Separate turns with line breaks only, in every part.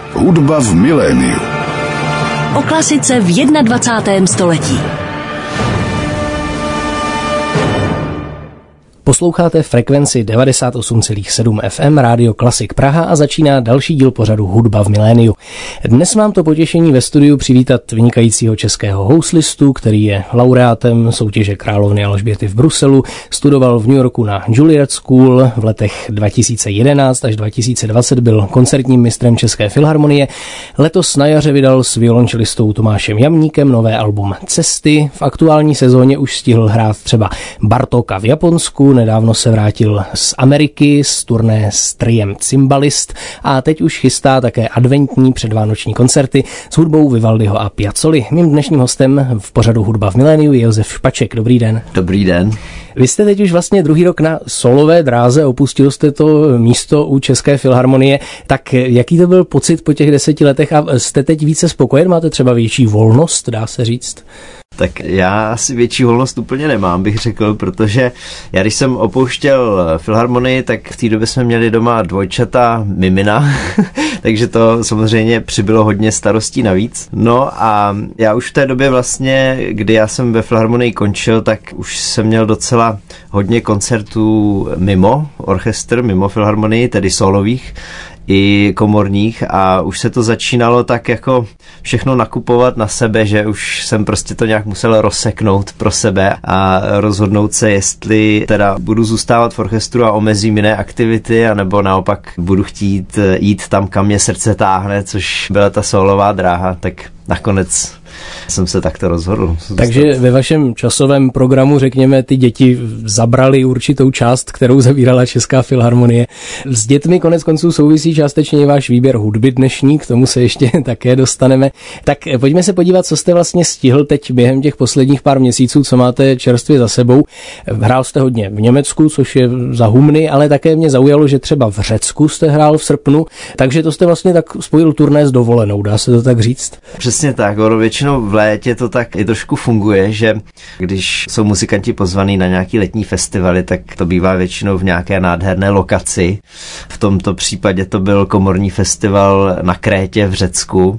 Hudba v miléniu.
O klasice v 21. století.
Posloucháte frekvenci 98,7 FM Rádio Klasik Praha a začíná další díl pořadu Hudba v miléniu. Dnes mám to potěšení ve studiu přivítat vynikajícího českého houslistu, který je laureátem soutěže Královny Alžběty v Bruselu, studoval v New Yorku na Juilliard School, v letech 2011 až 2020 byl koncertním mistrem České filharmonie, letos na jaře vydal s violončelistou Tomášem Jamníkem nové album Cesty, v aktuální sezóně už stihl hrát třeba Bartóka v Japonsku, nedávno se vrátil z Ameriky z turné s triem Cymbalist a teď už chystá také adventní předvánoční koncerty s hudbou Vivaldiho a Piazzoli. Mým dnešním hostem v pořadu Hudba v miléniu je Josef Špaček. Dobrý den.
Dobrý den.
Vy jste teď už vlastně druhý rok na solové dráze, opustil jste to místo u České filharmonie, tak jaký to byl pocit po těch 10 letech a jste teď více spokojen? Máte třeba větší volnost, dá se říct?
Tak já asi větší volnost úplně nemám, bych řekl, protože já když jsem opouštěl filharmonii, tak v té době jsme měli doma dvojčata mimina, takže to samozřejmě přibylo hodně starostí navíc. No a já už v té době vlastně, kdy já jsem ve filharmonii končil, tak už jsem měl docela hodně koncertů mimo orchestr, mimo filharmonii, tedy solových i komorních a už se to začínalo tak jako všechno nakupovat na sebe, že už jsem prostě to nějak musel rozseknout pro sebe a rozhodnout se, jestli teda budu zůstávat v orchestru a omezím jiné aktivity, anebo naopak budu chtít jít tam, kam mě srdce táhne, což byla ta solová dráha, tak nakonec jsem se takto rozhodl.
Takže ve vašem časovém programu, řekněme, ty děti zabrali určitou část, kterou zavírala Česká filharmonie. S dětmi konec konců souvisí částečně i váš výběr hudby dnešní, k tomu se ještě také dostaneme. Tak pojďme se podívat, co jste vlastně stihl teď během těch posledních pár měsíců, co máte čerstvě za sebou. Hrál jste hodně v Německu, což je za humny, ale také mě zaujalo, že třeba v Řecku jste hrál v srpnu, takže to jste vlastně tak spojil turné s dovolenou, dá se to tak říct?
Přesně tak, většinou v létě to tak i trošku funguje, že když jsou muzikanti pozvaní na nějaký letní festivaly, tak to bývá většinou v nějaké nádherné lokaci. V tomto případě to byl komorní festival na Krétě v Řecku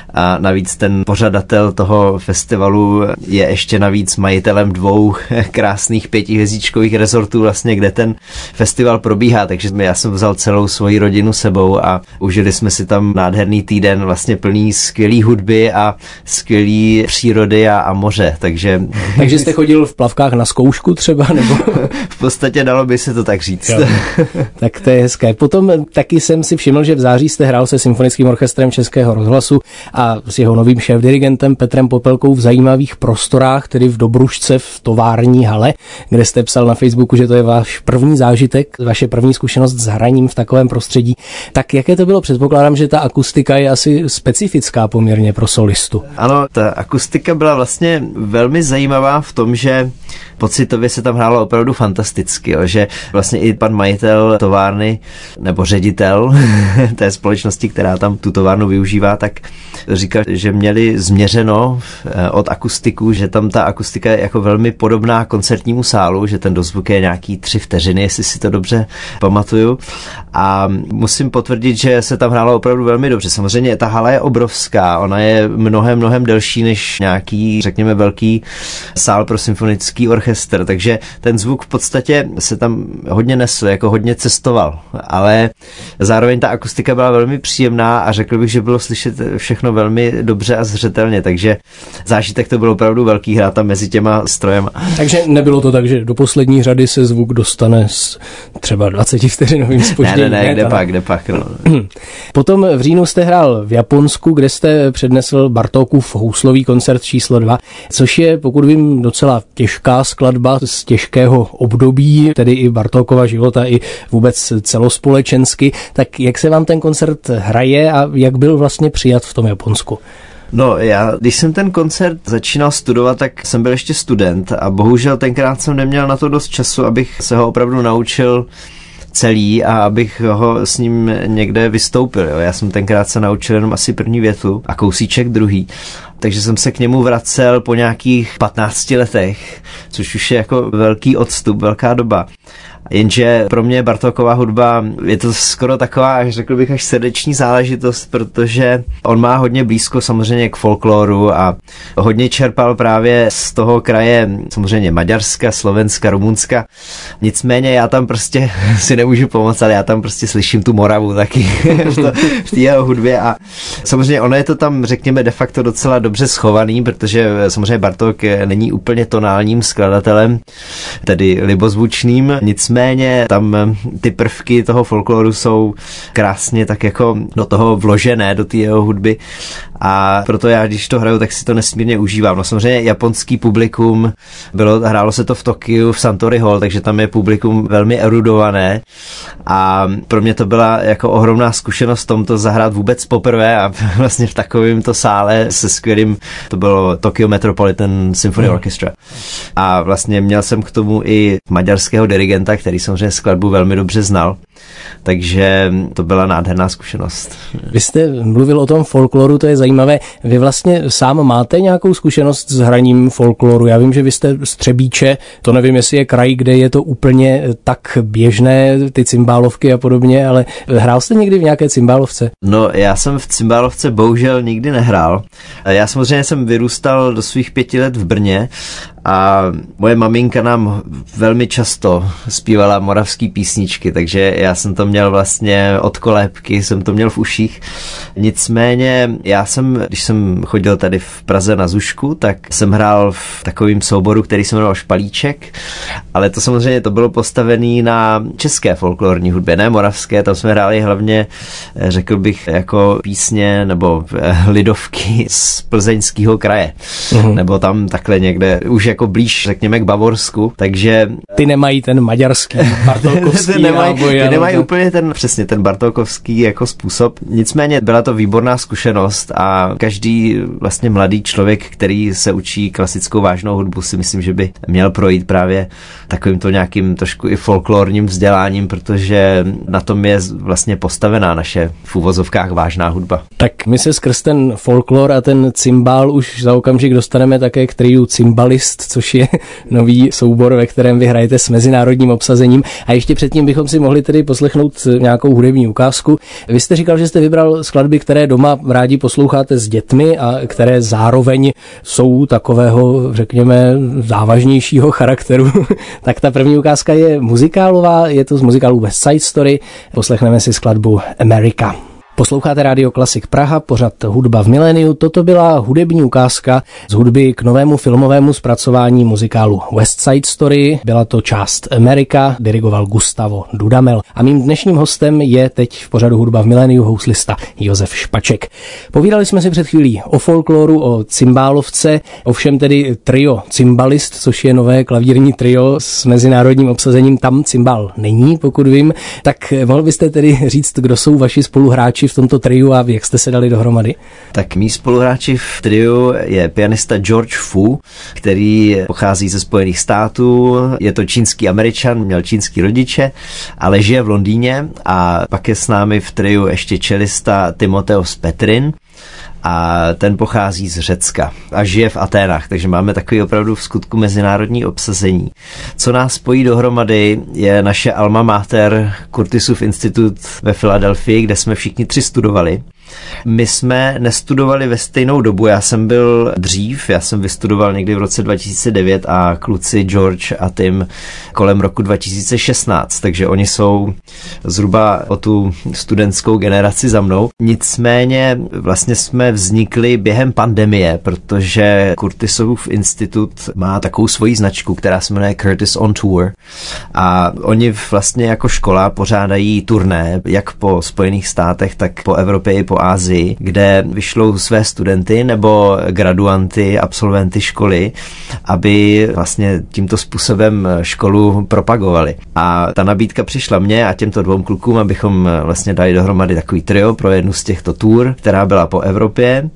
a navíc ten pořadatel toho festivalu je ještě navíc majitelem 2 krásných 5hvězdičkových rezortů vlastně, kde ten festival probíhá, takže já jsem vzal celou svoji rodinu sebou a užili jsme si tam nádherný týden vlastně plný skvělý hudby a skvělý přírody a moře, takže
jste chodil v plavkách na zkoušku třeba, nebo?
V podstatě dalo by se to tak říct.
Jo. Tak to je hezké. Potom taky jsem si všiml, že v září jste hrál se Symfonickým orchestrem Českého rozhlasu a s jeho novým šéfdirigentem Petrem Popelkou v zajímavých prostorách, tedy v Dobrušce v tovární hale, kde jste psal na Facebooku, že to je váš první zážitek, vaše první zkušenost s hraním v takovém prostředí. Tak jaké to bylo? Předpokládám, že ta akustika je asi specifická poměrně pro solistu.
Ano, ta akustika byla vlastně velmi zajímavá v tom, že pocitově se tam hrálo opravdu fantasticky, jo, že vlastně i pan majitel továrny nebo ředitel té společnosti, která tam tu továrnu využívá, tak říkal, že měli změřeno od akustiku, že tam ta akustika je jako velmi podobná koncertnímu sálu, že ten dozvuk je nějaký 3 vteřiny, jestli si to dobře pamatuju. A musím potvrdit, že se tam hrálo opravdu velmi dobře. Samozřejmě ta hala je obrovská, ona je mnohem delší než nějaký, řekněme, velký sál pro symfonický orchestr, takže ten zvuk v podstatě se tam hodně nesl, jako hodně cestoval, ale zároveň ta akustika byla velmi příjemná a řekl bych, že bylo slyšet všechno velmi dobře a zřetelně, takže zážitek to byl opravdu velký, hrát tam mezi těma strojema.
Takže nebylo to tak, že do poslední řady se zvuk dostane s třeba 20 vteřinovým zpožděním?
Ne, kde pak. No.
Potom v říjnu jste hrál v Japonsku, kde jste přednesl Bartókův houslový koncert číslo 2, což je, pokud vím, docela těžká skladba z těžkého období, tedy i Bartókova života, i vůbec celospolečensky. Tak jak se vám ten koncert hraje a jak byl vlastně přijat v tom Japonsku?
No, když jsem ten koncert začínal studovat, tak jsem byl ještě student a bohužel tenkrát jsem neměl na to dost času, abych se ho opravdu naučil celý a abych ho s ním někde vystoupil. Jo. Já jsem tenkrát se naučil jenom asi první větu a kousíček druhý. takže jsem se k němu vracel po nějakých 15 letech, což už je jako velký odstup, velká doba. Jenže pro mě Bartókova hudba je to skoro taková, řekl bych, až srdeční záležitost, protože on má hodně blízko samozřejmě k folkloru a hodně čerpal právě z toho kraje samozřejmě Maďarska, Slovenska, Rumunska. Nicméně já tam prostě si nemůžu pomoct, ale já tam prostě slyším tu Moravu taky v té jeho hudbě a samozřejmě ono je to tam, řekněme, de facto docela dobře schovaný, protože samozřejmě Bartók není úplně tonálním skladatelem, tedy libozvučným, nicméně tam ty prvky toho folkloru jsou krásně tak jako do toho vložené, do té jeho hudby a proto já, když to hraju, tak si to nesmírně užívám. No samozřejmě japonský publikum, hrálo se to v Tokiu, v Suntory Hall, takže tam je publikum velmi erudované a pro mě to byla jako ohromná zkušenost tomto zahrát vůbec poprvé a vlastně v takovémto sále se skvělým, to bylo Tokyo Metropolitan Symphony Orchestra. A vlastně měl jsem k tomu i maďarského dirigenta, který samozřejmě skladbu velmi dobře znal. Takže to byla nádherná zkušenost.
Vy jste mluvil o tom folkloru, to je zajímavé. Vy vlastně sám máte nějakou zkušenost s hraním folkloru? Já vím, že vy jste z Třebíče, to nevím, jestli je kraj, kde je to úplně tak běžné, ty cymbálovky a podobně, ale hrál jste někdy v nějaké cymbálovce?
No, já jsem v cymbálovce bohužel nikdy nehrál. Já samozřejmě jsem vyrůstal do svých 5 let v Brně a moje maminka nám velmi často zpívala moravský písničky, takže já jsem to měl vlastně od kolébky, jsem to měl v uších. Nicméně když jsem chodil tady v Praze na Zušku, tak jsem hrál v takovým souboru, který se jmenoval Špalíček, ale to samozřejmě to bylo postavený na české folklorní hudbě, ne moravské, tam jsme hráli hlavně, řekl bych, jako písně nebo lidovky z Plzeňského kraje, nebo tam takhle někde, už jako blíž, řekněme, k Bavorsku, takže...
Ty nemají ten maďarský, bartókovský.
Ty nemají úplně přesně ten bartókovský jako způsob. Nicméně byla to výborná zkušenost a každý vlastně mladý člověk, který se učí klasickou vážnou hudbu, si myslím, že by měl projít právě takovýmto nějakým trošku i folklorním vzděláním, protože na tom je vlastně postavená naše v uvozovkách vážná hudba.
Tak my se skrz ten folklor a ten cymbál už za okamžik dostaneme také k triu Cymbalist, což je nový soubor, ve kterém vy hrajete s mezinárodním obsazením. A ještě předtím bychom si mohli tedy poslechnout nějakou hudební ukázku. Vy jste říkal, že jste vybral skladby, které doma rádi posloucháte s dětmi a které zároveň jsou takového, řekněme, závažnějšího charakteru. Tak ta první ukázka je muzikálová, je to z muzikálu West Side Story. Poslechneme si skladbu America. Posloucháte Rádio Klasik Praha, pořad Hudba v miléniu. Toto byla hudební ukázka z hudby k novému filmovému zpracování muzikálu West Side Story. Byla to část America, dirigoval Gustavo Dudamel. A mým dnešním hostem je teď v pořadu Hudba v miléniu houslista Josef Špaček. Povídali jsme si před chvílí o folkloru, o cymbálovce, ovšem tedy trio Cymbalist, což je nové klavírní trio s mezinárodním obsazením. Tam cymbál není, pokud vím. Tak mohl byste tedy říct, kdo jsou vaši spoluhráči v tomto triu a jak jste se dali dohromady?
Tak mý spoluhráči v triu je pianista George Fu, který pochází ze Spojených států, je to čínský Američan, měl čínský rodiče, ale žije v Londýně a pak je s námi v triu ještě čelista Timoteos Petrin a ten pochází z Řecka a žije v Aténách, takže máme takový opravdu v skutku mezinárodní obsazení. Co nás spojí dohromady je naše alma mater Curtisův institut ve Filadelfii, kde jsme všichni 3 studovali. My jsme nestudovali ve stejnou dobu, já jsem byl dřív, já jsem vystudoval někdy v roce 2009 a kluci George a Tim kolem roku 2016, takže oni jsou zhruba o tu studentskou generaci za mnou. Nicméně vlastně jsme vznikli během pandemie, protože Curtisův institut má takovou svoji značku, která se jmenuje Curtis on Tour a oni vlastně jako škola pořádají turné, jak po Spojených státech, tak po Evropě i po Asii, kde vyšlou své studenty nebo graduanty, absolventy školy, aby vlastně tímto způsobem školu propagovali. A ta nabídka přišla mně a těmto 2 klukům, abychom vlastně dali dohromady takový trio pro jednu z těchto tour, která byla po Evropě.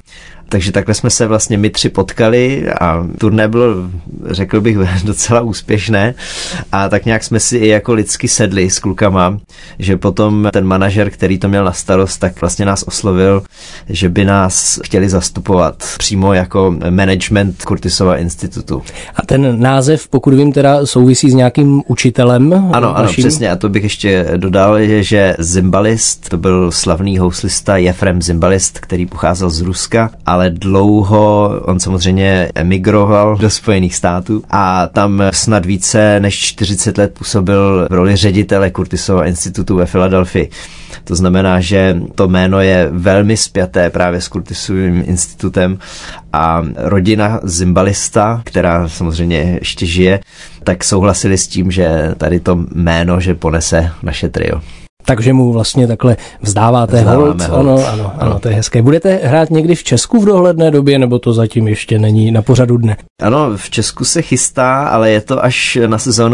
Takže takhle jsme se vlastně my tři potkali a turné bylo, řekl bych, docela úspěšné a tak nějak jsme si i jako lidsky sedli s klukama, že potom ten manažer, který to měl na starost, tak vlastně nás oslovil, že by nás chtěli zastupovat přímo jako management Curtisova institutu.
A ten název, pokud vím, teda souvisí s nějakým učitelem?
Ano, přesně. A to bych ještě dodal, že Zimbalist, to byl slavný houslista Jefrem Zimbalist, který pocházel z Ruska, ale dlouho on samozřejmě emigroval do Spojených států a tam snad více než 40 let působil v roli ředitele Curtisova institutu ve Filadelfii. To znamená, že to jméno je velmi spjaté právě s Curtisovým institutem a rodina Zimbalista, která samozřejmě ještě žije, tak souhlasili s tím, že tady to jméno, že ponese naše trio.
Takže mu vlastně takhle vzdáváte hold. Ano, to je hezké. Budete hrát někdy v Česku v dohledné době, nebo to zatím ještě není na pořadu dne?
Ano, v Česku se chystá, ale je to až na sezónu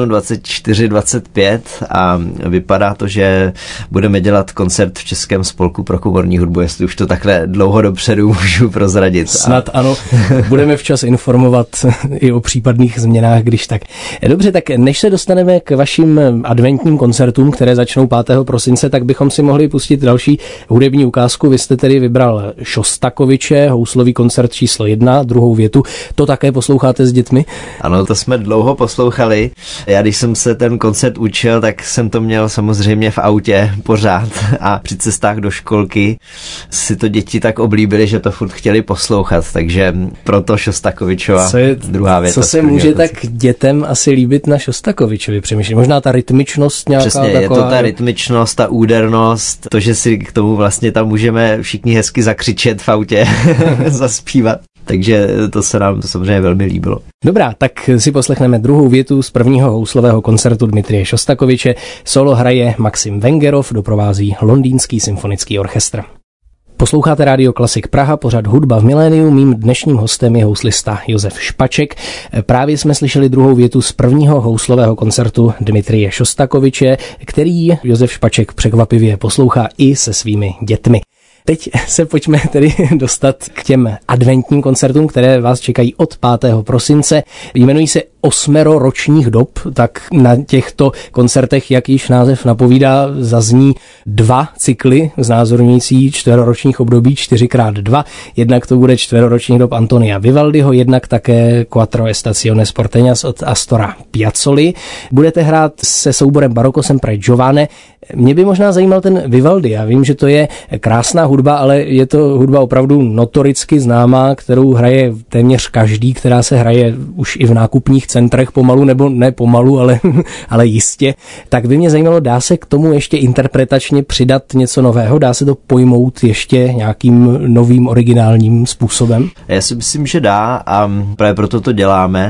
24-25 a vypadá to, že budeme dělat koncert v Českém spolku pro komorní hudbu, jestli už to takhle dlouho dopředu můžu prozradit.
Snad ano, budeme včas informovat i o případných změnách, když tak. Dobře, tak než se dostaneme k vašim adventním koncertům, které začnou 5. prosince, tak bychom si mohli pustit další hudební ukázku. Vy jste tedy vybral Šostakoviče, houslový koncert číslo 1, druhou větu. To také posloucháte s dětmi?
Ano, to jsme dlouho poslouchali. Já když jsem se ten koncert učil, tak jsem to měl samozřejmě v autě pořád a při cestách do školky si to děti tak oblíbili, že to furt chtěli poslouchat, takže proto Šostakovičova druhá věta.
Co se může tak dětem asi líbit na Šostakovičovi? Přemýšlím, možná ta rytmičnost nějaká.
Přesně,
taková,
je to ta rytmičnost, ta údernost, to, že si k tomu vlastně tam můžeme všichni hezky zakřičet v autě, zaspívat. Takže to se nám to samozřejmě velmi líbilo.
Dobrá, tak si poslechneme druhou větu z prvního houslového koncertu Dmitrije Šostakoviče. Solo hraje Maxim Vengerov, doprovází Londýnský symfonický orchestr. Posloucháte Rádio Klasik Praha, pořad Hudba v miléniu. Mým dnešním hostem je houslista Josef Špaček. Právě jsme slyšeli druhou větu z prvního houslového koncertu Dmitrije Šostakoviče, který Josef Špaček překvapivě poslouchá i se svými dětmi. Teď se pojďme tedy dostat k těm adventním koncertům, které vás čekají od 5. prosince. Jmenují se 8 ročních dob, tak na těchto koncertech, jak již název napovídá, zazní 2 cykly znázorňující 4ročních období 4x2. Jednak to bude 4ročních dob Antonia Vivaldiho, jednak také Quattro Estaciones Porteñas od Astora Piazzoli. Budete hrát se souborem Barocco Sempre Giovane. Mě by možná zajímal ten Vivaldi. Já vím, že to je krásná hudba, ale je to hudba opravdu notoricky známá, kterou hraje téměř každý, která se hraje už i v nákupních centrech pomalu, nebo ne pomalu, ale jistě. Tak by mě zajímalo, dá se k tomu ještě interpretačně přidat něco nového? Dá se to pojmout ještě nějakým novým originálním způsobem?
Já si myslím, že dá a právě proto to děláme.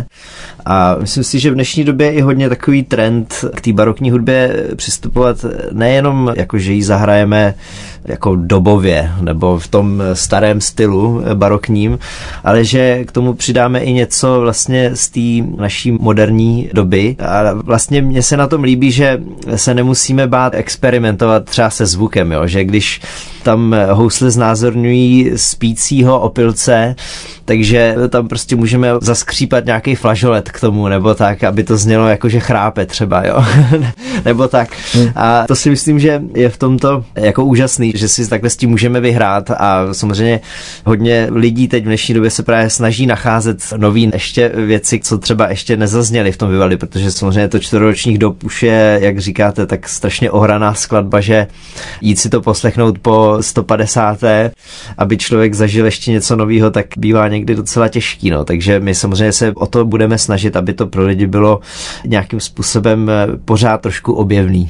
A myslím si, že v dnešní době je i hodně takový trend k té barokní hudbě přistupovat nejenom jako, že ji zahrajeme jako dobově nebo v tom starém stylu barokním, ale že k tomu přidáme i něco vlastně z té naší moderní doby. A vlastně mně se na tom líbí, že se nemusíme bát experimentovat třeba se zvukem, jo? Že když tam housle znázorňují spícího opilce, takže tam prostě můžeme zaskřípat nějaký flažolet k tomu, nebo tak, aby to znělo jako, že chrápe třeba, jo. Nebo tak. A to si myslím, že je v tomto jako úžasný, že si takhle s tím můžeme vyhrát a samozřejmě hodně lidí teď v dnešní době se právě snaží nacházet nový ještě věci, co třeba ještě nezazněly v tom Vivaldi, protože samozřejmě to 4ročních dob už je, jak říkáte, tak strašně ohraná skladba, že jít si to poslechnout po 150. aby člověk zažil ještě něco nového, tak bývá někdy docela těžký, no. Takže my samozřejmě se o to budeme snažit, aby to pro lidi bylo nějakým způsobem pořád trošku objevný.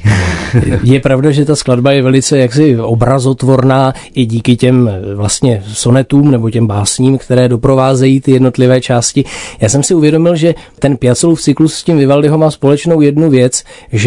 Je pravda, že ta skladba je velice jaksi obrazotvorná i díky těm vlastně sonetům nebo těm básním, které doprovázejí ty jednotlivé části. Já jsem si uvědomil, že ten Piazzolův cyklus s tím Vivaldiho má společnou jednu věc, že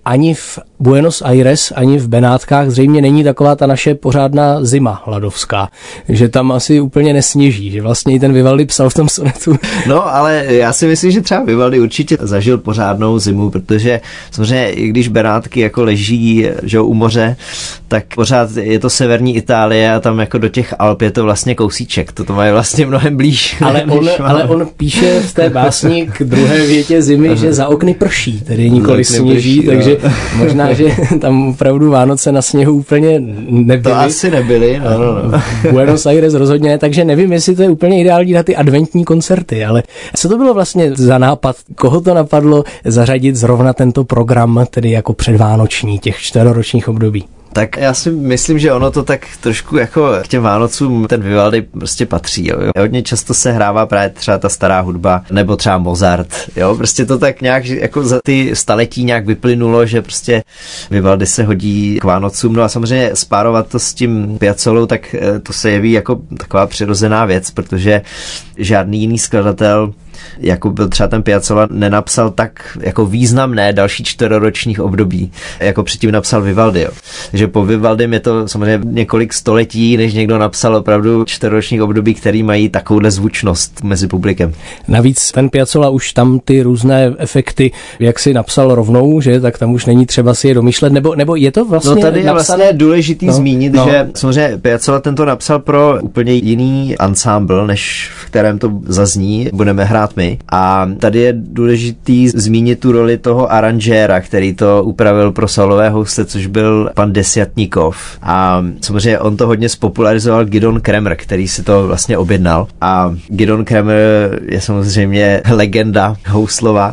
ani v Buenos Aires, ani v Benátkách zřejmě není taková ta naše pořádná zima ladovská, že tam asi úplně nesněží, že vlastně i ten Vivaldi psal v tom sonetu.
No, ale já si myslím, že třeba Vivaldi určitě zažil pořádnou zimu, protože samozřejmě i když Benátky jako leží, že u moře, tak pořád je to severní Itálie a tam jako do těch Alp je to vlastně kousíček, to mají vlastně mnohem blíž.
Ale on píše v té básni k druhé větě zimy, že za okny prší, tedy nikoli sněží, takže možná, že tam opravdu Vánoce na sněhu úplně nebyly.
To asi nebyly, no.
Buenos Aires rozhodně ne, takže nevím, jestli to je úplně ideální na ty adventní koncerty, ale co to bylo vlastně za nápad, koho to napadlo zařadit zrovna tento program, tedy jako předvánoční, těch 4ročních období?
Tak já si myslím, že ono to tak trošku jako k těm Vánocům ten Vivaldi prostě patří. Jo. Hodně často se hrává právě třeba ta stará hudba, nebo třeba Mozart. Jo. Prostě to tak nějak jako za ty staletí nějak vyplynulo, že prostě Vivaldi se hodí k Vánocům. No a samozřejmě spárovat to s tím Piazzolou, tak to se jeví jako taková přirozená věc, protože žádný jiný skladatel jako byl třeba ten Piazzolla, nenapsal tak jako významné další 4ročních období, jako předtím napsal Vivaldi. Jo. Takže po Vivaldim je to samozřejmě několik století, než někdo napsal opravdu 4ročních období, který mají takovouhle zvučnost mezi publikem.
Navíc ten Piazzolla už tam ty různé efekty, jak si napsal rovnou, že tak tam už není třeba si je domýšlet, nebo je to vlastně
no tady je
napsané...
vlastně důležitý zmínit, že samozřejmě Piazzolla tento napsal pro úplně jiný ansámbl, než v kterém to zazní, budeme hrát my. A tady je důležitý zmínit tu roli toho aranžéra, který to upravil pro solové housle, což byl pan Desjatnikov. A samozřejmě on to hodně spopularizoval Gidon Kremer, který si to vlastně objednal. A Gidon Kremer je samozřejmě legenda houslová.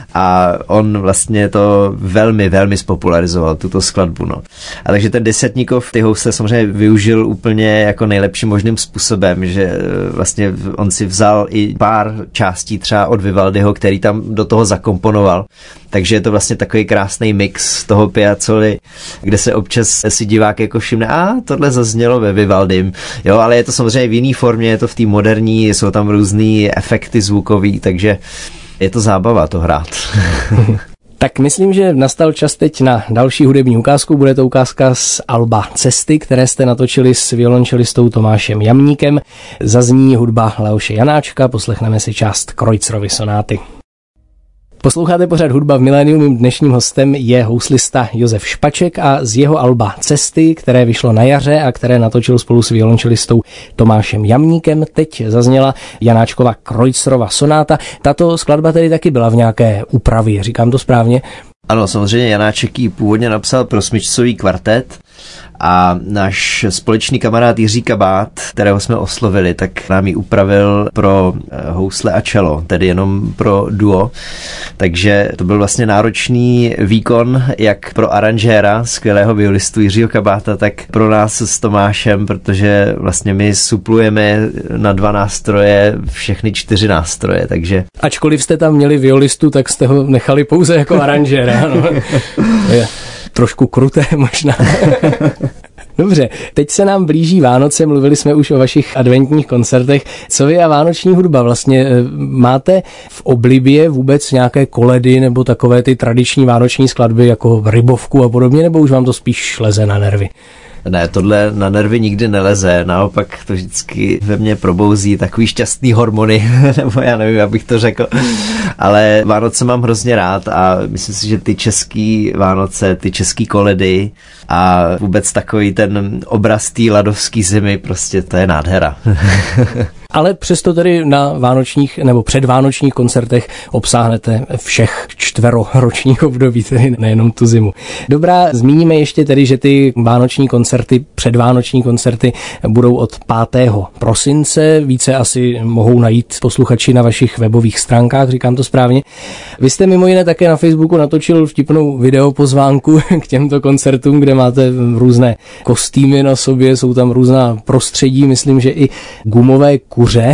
A on vlastně to velmi, velmi spopularizoval, tuto skladbu. No. A takže ten Desjatnikov ty housle samozřejmě využil úplně jako nejlepším možným způsobem, že vlastně on si vzal i pár částí třeba od Vivaldiho, který tam do toho zakomponoval. Takže je to vlastně takový krásný mix toho Piazzoli, kde se občas si divák jako všimne, tohle zaznělo ve Vivaldim. Jo, ale je to samozřejmě v jiný formě, je to v té moderní, jsou tam různý efekty zvukový, takže je to zábava to hrát.
Tak myslím, že nastal čas teď na další hudební ukázku. Bude to ukázka z alba Cesty, které jste natočili s violončelistou Tomášem Jamníkem. Zazní hudba Leoše Janáčka, poslechneme si část Kreutzerovy sonáty. Posloucháte pořád Hudba v miléniu, mým dnešním hostem je houslista Josef Špaček a z jeho alba Cesty, které vyšlo na jaře a které natočil spolu s violončelistou Tomášem Jamníkem, teď zazněla Janáčkova Kreutzerova sonáta. Tato skladba tedy taky byla v nějaké úpravě, říkám to správně?
Ano, samozřejmě Janáček ji původně napsal pro smyčcový kvartet a náš společný kamarád Jiří Kabát, kterého jsme oslovili, tak nám ji upravil pro housle a čelo, tedy jenom pro duo. Takže to byl vlastně náročný výkon jak pro aranžéra, skvělého violistu Jiřího Kabáta, tak pro nás s Tomášem, protože vlastně my suplujeme na 2 nástroje všechny 4 nástroje, takže...
Ačkoliv jste tam měli violistu, tak jste ho nechali pouze jako aranžéra. No. Je trošku kruté možná. Dobře, teď se nám blíží Vánoce, mluvili jsme už o vašich adventních koncertech. Co vy a vánoční hudba? Vlastně máte v oblibě vůbec nějaké koledy nebo takové ty tradiční vánoční skladby jako Rybovku a podobně, nebo už vám to spíš leze na nervy?
Ne, tohle na nervy nikdy neleze, naopak to vždycky ve mně probouzí takový šťastný hormony, nebo já nevím, abych to řekl, ale Vánoce mám hrozně rád a myslím si, že ty český Vánoce, ty český koledy a vůbec takový ten obraz té ladovský zimy, prostě to je nádhera.
Ale přesto tedy na vánočních nebo předvánočních koncertech obsáhnete všech 4ročních období, tedy nejenom tu zimu. Dobrá, zmíníme ještě tedy, že ty vánoční koncerty, předvánoční koncerty budou od 5. prosince. Více asi mohou najít posluchači na vašich webových stránkách, říkám to správně. Vy jste mimo jiné také na Facebooku natočil vtipnou videopozvánku k těmto koncertům, kde máte různé kostýmy na sobě, jsou tam různá prostředí, myslím, že i gumové kuře.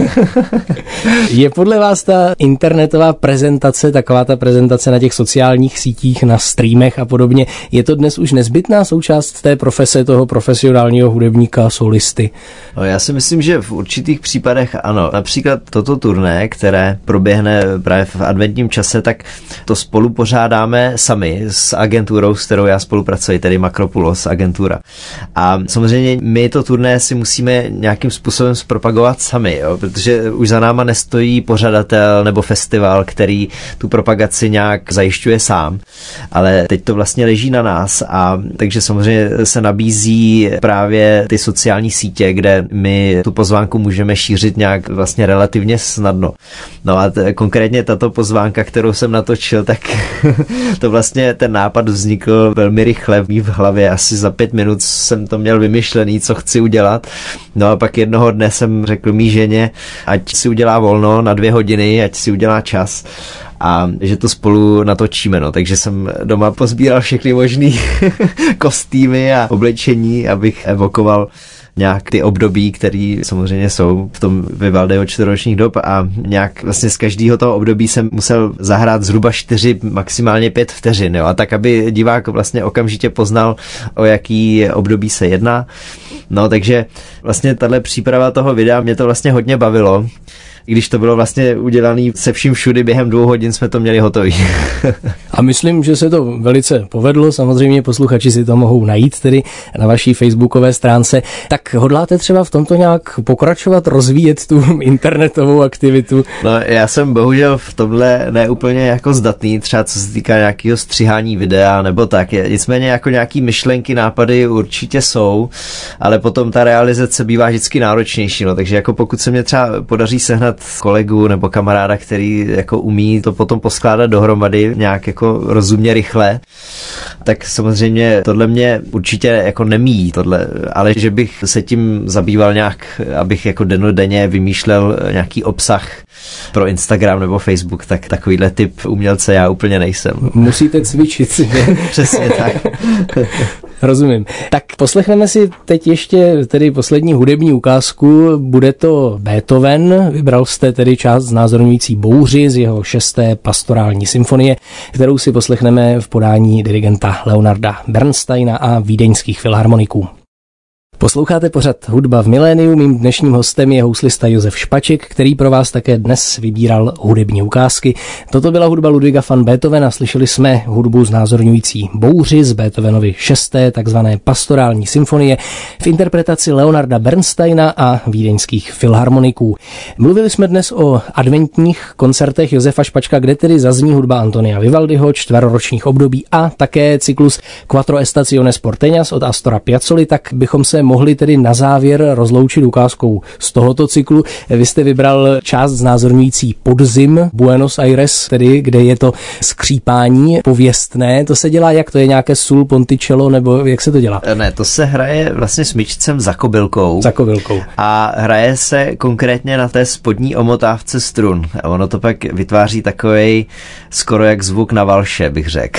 Je podle vás ta internetová prezentace, taková ta prezentace na těch sociálních sítích, na streamech a podobně, je to dnes už nezbytná součást té profese toho profesionálního hudebníka, solisty?
No, já si myslím, že v určitých případech ano. Například toto turné, které proběhne právě v adventním čase, tak to spolu pořádáme sami s agenturou, s kterou já spolupracuji, tedy Makropulos agentura. A samozřejmě my to turné si musíme nějakým způsobem zpropagovat sami, jo? Protože už za náma nestojí pořadatel nebo festival, který tu propagaci nějak zajišťuje sám, ale teď to vlastně leží na nás, a takže samozřejmě se nabízí právě ty sociální sítě, kde my tu pozvánku můžeme šířit nějak vlastně relativně snadno. No a konkrétně tato pozvánka, kterou jsem natočil, tak to vlastně ten nápad vznikl velmi rychle v hlavě, asi za 5 minut jsem to měl vymyšlený, co chci udělat. No a pak jednoho dne jsem řekl mý ženě, ať si udělá volno na 2 hodiny, ať si udělá čas a že to spolu natočíme. No. Takže jsem doma pozbíral všechny možný kostýmy a oblečení, abych evokoval nějak ty období, které samozřejmě jsou v tom Vivaldiho 4ročních dob, a nějak vlastně z každého toho období jsem musel zahrát zhruba 4, maximálně 5 vteřin, jo, a tak, aby divák vlastně okamžitě poznal, o jaký období se jedná. No, takže vlastně tahle příprava toho videa mě to vlastně hodně bavilo, i když to bylo vlastně udělané se vším všudy, během 2 hodin jsme to měli hotový.
A myslím, že se to velice povedlo, samozřejmě posluchači si to mohou najít tedy na vaší facebookové stránce. Tak hodláte třeba v tomto nějak pokračovat, rozvíjet tu internetovou aktivitu?
No, já jsem bohužel v tomhle neúplně jako zdatný, třeba co se týká nějakého střihání videa nebo tak. Nicméně jako nějaký myšlenky, nápady určitě jsou, ale potom ta realizace bývá vždycky náročnější, no, takže jako pokud se mě třeba podaří sehnat kolegu nebo kamaráda, který jako umí to potom poskládat dohromady nějak jako rozumně rychle, tak samozřejmě tohle mě určitě jako nemíjí tohle, ale že bych se tím zabýval nějak, abych jako dennodenně vymýšlel nějaký obsah pro Instagram nebo Facebook, tak takovýhle typ umělce já úplně nejsem.
Musíte cvičit.
Přesně tak.
Rozumím. Tak poslechneme si teď ještě tedy poslední hudební ukázku. Bude to Beethoven. Vybral jste tedy část znázorňující Bouři z jeho 6. pastorální symfonie, kterou si poslechneme v podání dirigenta Leonarda Bernsteina a vídeňských filharmoniků. Posloucháte pořad Hudba v miléniu. Mým dnešním hostem je houslista Josef Špaček, který pro vás také dnes vybíral hudební ukázky. Toto byla hudba Ludwiga van Beethovena. Slyšeli jsme hudbu znázorňující Bouři z Beethovenovy 6. takzvané pastorální symfonie v interpretaci Leonarda Bernsteina a vídeňských filharmoniků. Mluvili jsme dnes o adventních koncertech Josefa Špačka, kde tedy zazní hudba Antonia Vivaldiho 4ročních období a také cyklus Quattro Estaciones Porteñas od Astora Piazzoli, tak bychom se mohli tedy na závěr rozloučit ukázkou z tohoto cyklu. Vy jste vybral část znázorňující podzim Buenos Aires, tedy kde je to skřípání pověstné. To se dělá jak? To je nějaké sul ponticello, nebo jak se to dělá?
Ne, to se hraje vlastně smyčcem za kobylkou.
Za kobylkou.
A hraje se konkrétně na té spodní omotávce strun. A ono to pak vytváří takovej skoro jak zvuk na valše, bych řekl.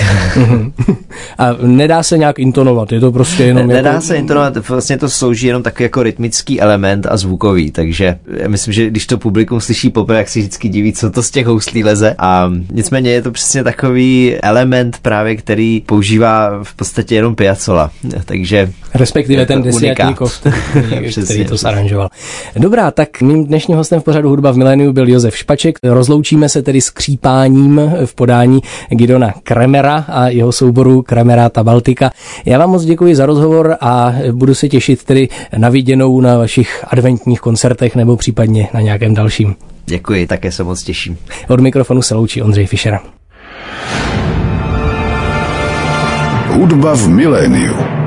A nedá se nějak intonovat, je to prostě jenom
nedá jako... se intonovat, vlastně to slouží jenom takový jako rytmický element a zvukový, takže já myslím, že když to publikum slyší poprvé, jak si vždycky diví, co to z těch houslí leze, a nicméně je to přesně takový element právě, který používá v podstatě jenom Piazzolla, takže
respektive ten Desiatnikov, který to zaranžoval. Dobrá, tak mým dnešním hostem v pořadu Hudba v miléniu byl Josef Špaček. Rozloučíme se tedy s křípáním v podání Gidona Kremera a jeho souboru Kremerata Baltika. Já vám moc děkuji za rozhovor a budu se těšit tedy na viděnou na vašich adventních koncertech nebo případně na nějakém dalším.
Děkuji, také se moc těším.
Od mikrofonu se loučí Ondřej Fischer.
Hudba v miléniu.